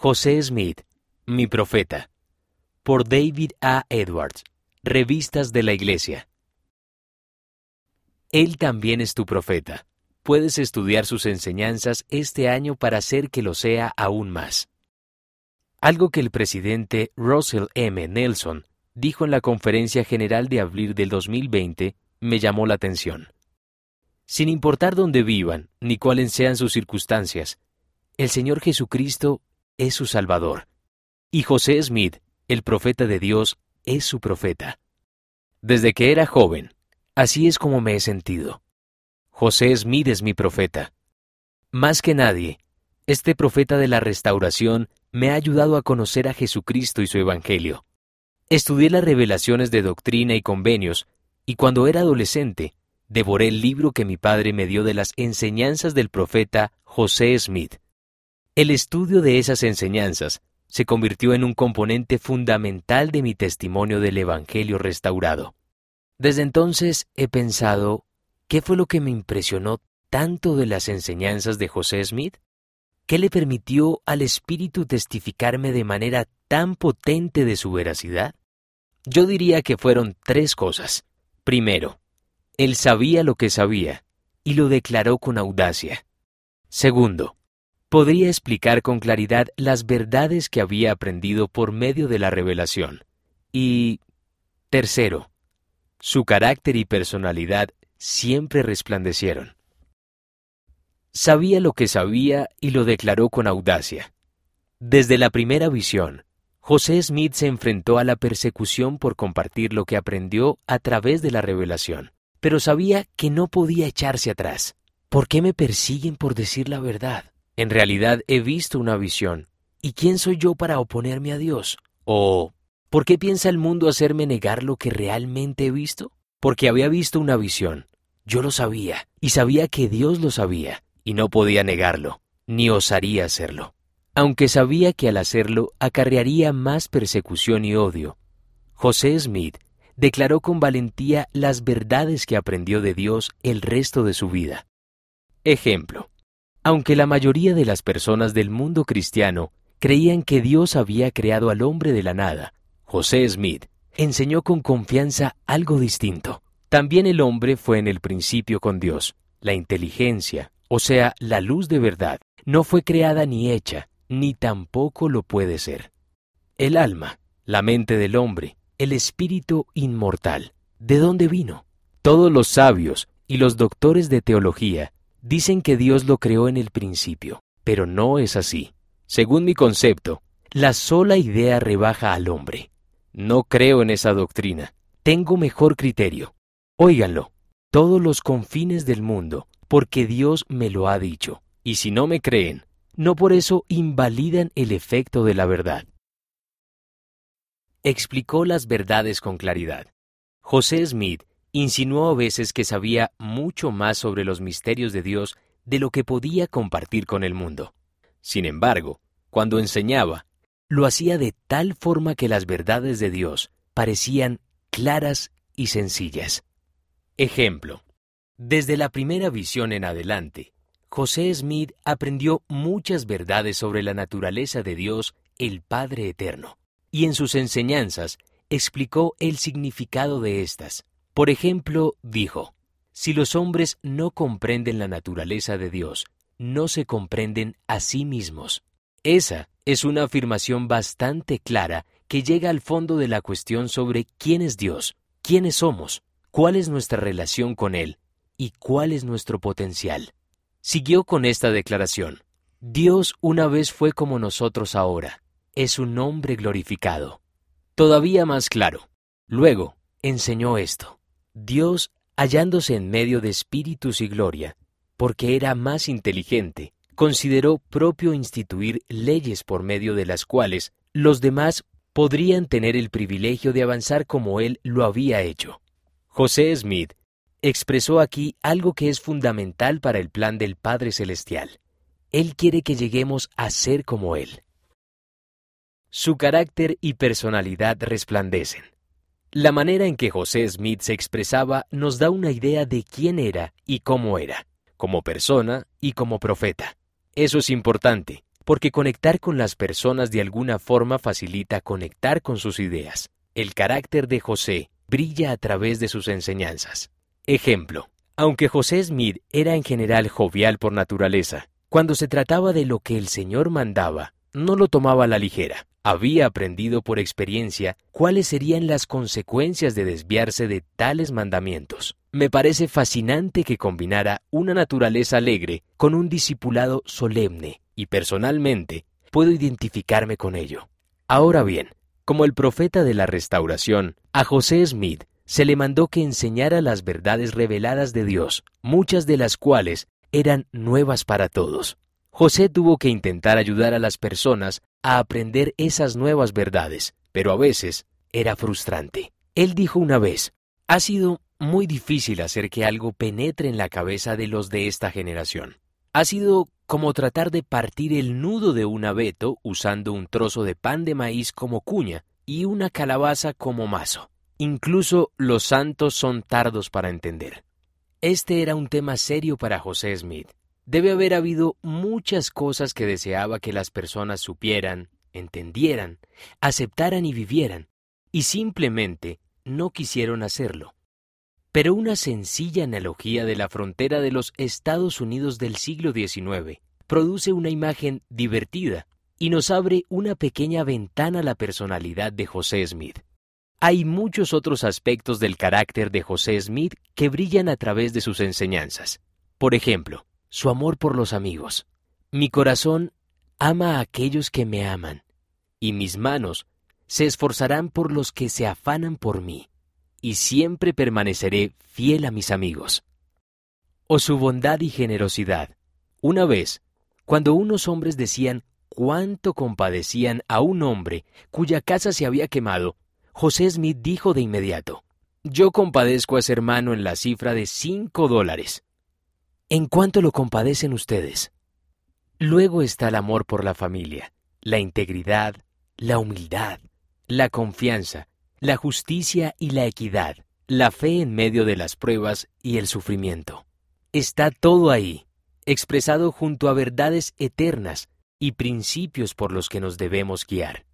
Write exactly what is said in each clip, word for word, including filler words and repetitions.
José Smith, mi profeta. Por David A. Edwards, Revistas de la Iglesia. Él también es tu profeta. Puedes estudiar sus enseñanzas este año para hacer que lo sea aún más. Algo que el presidente Russell M. Nelson dijo en la Conferencia General de abril del dos mil veinte me llamó la atención. Sin importar dónde vivan ni cuáles sean sus circunstancias, el Señor Jesucristo es su Salvador. Y José Smith, el profeta de Dios, es su profeta. Desde que era joven, así es como me he sentido. José Smith es mi profeta. Más que nadie, este profeta de la restauración me ha ayudado a conocer a Jesucristo y su Evangelio. Estudié las revelaciones de doctrina y convenios, y cuando era adolescente, devoré el libro que mi padre me dio de las enseñanzas del profeta José Smith. El estudio de esas enseñanzas se convirtió en un componente fundamental de mi testimonio del Evangelio restaurado. Desde entonces he pensado, ¿qué fue lo que me impresionó tanto de las enseñanzas de José Smith? ¿Qué le permitió al Espíritu testificarme de manera tan potente de su veracidad? Yo diría que fueron tres cosas. Primero, él sabía lo que sabía y lo declaró con audacia. Segundo, podría explicar con claridad las verdades que había aprendido por medio de la revelación. Y tercero, su carácter y personalidad siempre resplandecieron. Sabía lo que sabía y lo declaró con audacia. Desde la primera visión, José Smith se enfrentó a la persecución por compartir lo que aprendió a través de la revelación, pero sabía que no podía echarse atrás. ¿Por qué me persiguen por decir la verdad? En realidad he visto una visión. ¿Y quién soy yo para oponerme a Dios? ¿O por qué piensa el mundo hacerme negar lo que realmente he visto? Porque había visto una visión. Yo lo sabía, y sabía que Dios lo sabía, y no podía negarlo, ni osaría hacerlo. Aunque sabía que al hacerlo acarrearía más persecución y odio, José Smith declaró con valentía las verdades que aprendió de Dios el resto de su vida. Ejemplo. Aunque la mayoría de las personas del mundo cristiano creían que Dios había creado al hombre de la nada, José Smith enseñó con confianza algo distinto. También el hombre fue en el principio con Dios. La inteligencia, o sea, la luz de verdad, no fue creada ni hecha, ni tampoco lo puede ser. El alma, la mente del hombre, el espíritu inmortal, ¿de dónde vino? Todos los sabios y los doctores de teología dicen que Dios lo creó en el principio, pero no es así. Según mi concepto, la sola idea rebaja al hombre. No creo en esa doctrina. Tengo mejor criterio. Óiganlo, todos los confines del mundo, porque Dios me lo ha dicho. Y si no me creen, no por eso invalidan el efecto de la verdad. Explicó las verdades con claridad. José Smith insinuó a veces que sabía mucho más sobre los misterios de Dios de lo que podía compartir con el mundo. Sin embargo, cuando enseñaba, lo hacía de tal forma que las verdades de Dios parecían claras y sencillas. Ejemplo. Desde la primera visión en adelante, José Smith aprendió muchas verdades sobre la naturaleza de Dios, el Padre Eterno, y en sus enseñanzas explicó el significado de estas. Por ejemplo, dijo, si los hombres no comprenden la naturaleza de Dios, no se comprenden a sí mismos. Esa es una afirmación bastante clara que llega al fondo de la cuestión sobre quién es Dios, quiénes somos, cuál es nuestra relación con Él y cuál es nuestro potencial. Siguió con esta declaración. Dios una vez fue como nosotros ahora. Es un hombre glorificado. Todavía más claro. Luego, enseñó esto. Dios, hallándose en medio de espíritus y gloria, porque era más inteligente, consideró propio instituir leyes por medio de las cuales los demás podrían tener el privilegio de avanzar como Él lo había hecho. José Smith expresó aquí algo que es fundamental para el plan del Padre Celestial. Él quiere que lleguemos a ser como Él. Su carácter y personalidad resplandecen. La manera en que José Smith se expresaba nos da una idea de quién era y cómo era, como persona y como profeta. Eso es importante, porque conectar con las personas de alguna forma facilita conectar con sus ideas. El carácter de José brilla a través de sus enseñanzas. Ejemplo, aunque José Smith era en general jovial por naturaleza, cuando se trataba de lo que el Señor mandaba, no lo tomaba a la ligera. Había aprendido por experiencia cuáles serían las consecuencias de desviarse de tales mandamientos. Me parece fascinante que combinara una naturaleza alegre con un discipulado solemne, y personalmente puedo identificarme con ello. Ahora bien, como el profeta de la restauración, a José Smith se le mandó que enseñara las verdades reveladas de Dios, muchas de las cuales eran nuevas para todos. José tuvo que intentar ayudar a las personas a aprender esas nuevas verdades, pero a veces era frustrante. Él dijo una vez, ha sido muy difícil hacer que algo penetre en la cabeza de los de esta generación. Ha sido como tratar de partir el nudo de un abeto usando un trozo de pan de maíz como cuña y una calabaza como mazo. Incluso los santos son tardos para entender. Este era un tema serio para José Smith. Debe haber habido muchas cosas que deseaba que las personas supieran, entendieran, aceptaran y vivieran, y simplemente no quisieron hacerlo. Pero una sencilla analogía de la frontera de los Estados Unidos del siglo diecinueve produce una imagen divertida y nos abre una pequeña ventana a la personalidad de José Smith. Hay muchos otros aspectos del carácter de José Smith que brillan a través de sus enseñanzas. Por ejemplo, su amor por los amigos. Mi corazón ama a aquellos que me aman, y mis manos se esforzarán por los que se afanan por mí, y siempre permaneceré fiel a mis amigos. O su bondad y generosidad. Una vez, cuando unos hombres decían cuánto compadecían a un hombre cuya casa se había quemado, José Smith dijo de inmediato, yo compadezco a ese hermano en la cifra de cinco dólares. ¿En cuánto lo compadecen ustedes? Luego está el amor por la familia, la integridad, la humildad, la confianza, la justicia y la equidad, la fe en medio de las pruebas y el sufrimiento. Está todo ahí, expresado junto a verdades eternas y principios por los que nos debemos guiar.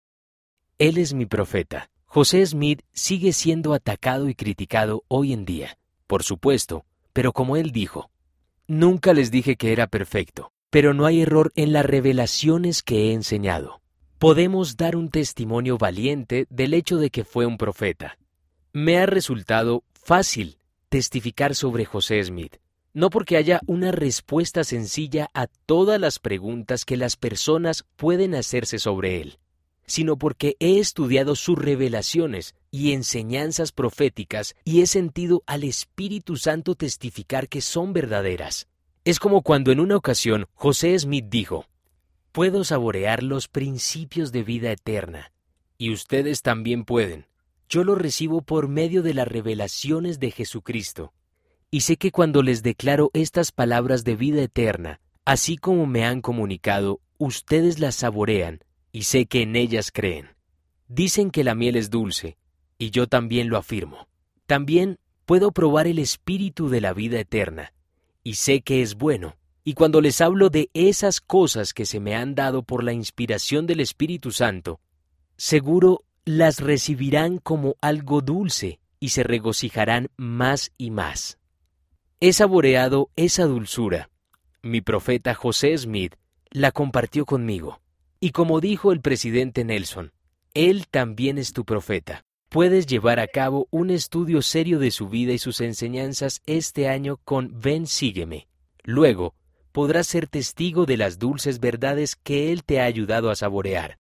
Él es mi profeta. José Smith sigue siendo atacado y criticado hoy en día, por supuesto, pero como él dijo, nunca les dije que era perfecto, pero no hay error en las revelaciones que he enseñado. Podemos dar un testimonio valiente del hecho de que fue un profeta. Me ha resultado fácil testificar sobre José Smith, no porque haya una respuesta sencilla a todas las preguntas que las personas pueden hacerse sobre él, sino porque he estudiado sus revelaciones y enseñanzas proféticas y he sentido al Espíritu Santo testificar que son verdaderas. Es como cuando en una ocasión José Smith dijo, puedo saborear los principios de vida eterna, y ustedes también pueden. Yo lo recibo por medio de las revelaciones de Jesucristo, y sé que cuando les declaro estas palabras de vida eterna, así como me han comunicado, ustedes las saborean, y sé que en ellas creen. Dicen que la miel es dulce, y yo también lo afirmo. También puedo probar el espíritu de la vida eterna, y sé que es bueno. Y cuando les hablo de esas cosas que se me han dado por la inspiración del Espíritu Santo, seguro las recibirán como algo dulce y se regocijarán más y más. He saboreado esa dulzura. Mi profeta José Smith la compartió conmigo. Y como dijo el presidente Nelson, él también es tu profeta. Puedes llevar a cabo un estudio serio de su vida y sus enseñanzas este año con Ven, sígueme. Luego, podrás ser testigo de las dulces verdades que él te ha ayudado a saborear.